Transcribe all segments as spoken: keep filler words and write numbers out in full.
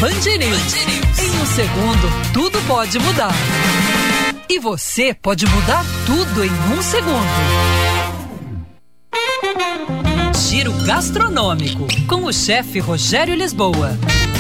Band News. Em um segundo, tudo pode mudar. E você pode mudar tudo em um segundo. Giro Gastronômico, com o chefe Rogério Lisboa.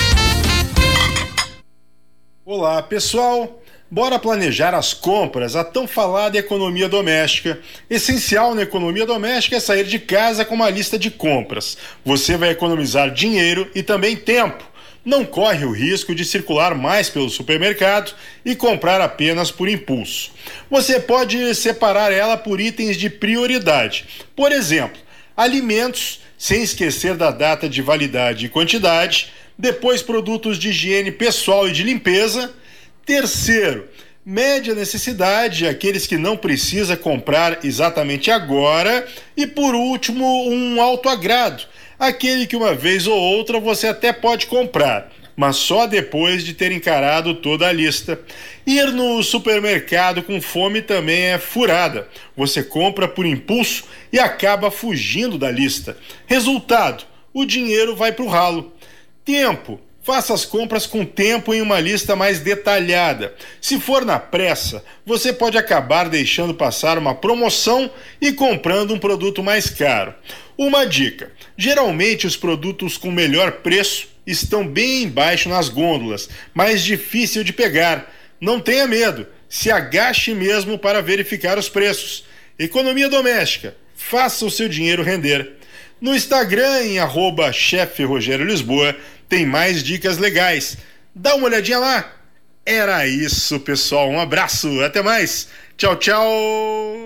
Olá, pessoal. Bora planejar as compras, a tão falada economia doméstica. Essencial na economia doméstica é sair de casa com uma lista de compras. Você vai economizar dinheiro e também tempo. Não corre o risco de circular mais pelo supermercado e comprar apenas por impulso. Você pode separar ela por itens de prioridade. Por exemplo, alimentos, sem esquecer da data de validade e quantidade. Depois, produtos de higiene pessoal e de limpeza. Terceiro, média necessidade, aqueles que não precisa comprar exatamente agora. E por último, um alto agrado, aquele que uma vez ou outra você até pode comprar, mas só depois de ter encarado toda a lista. Ir no supermercado com fome também é furada. Você compra por impulso e acaba fugindo da lista. Resultado, o dinheiro vai para o ralo. Tempo. Faça as compras com tempo em uma lista mais detalhada. Se for na pressa, você pode acabar deixando passar uma promoção e comprando um produto mais caro. Uma dica: geralmente os produtos com melhor preço estão bem embaixo nas gôndolas, mais difícil de pegar. Não tenha medo, se agache mesmo para verificar os preços. Economia doméstica, faça o seu dinheiro render. No Instagram, em arroba chefe Rogério Lisboa, tem mais dicas legais. Dá uma olhadinha lá. Era isso, pessoal. Um abraço. Até mais. Tchau, tchau.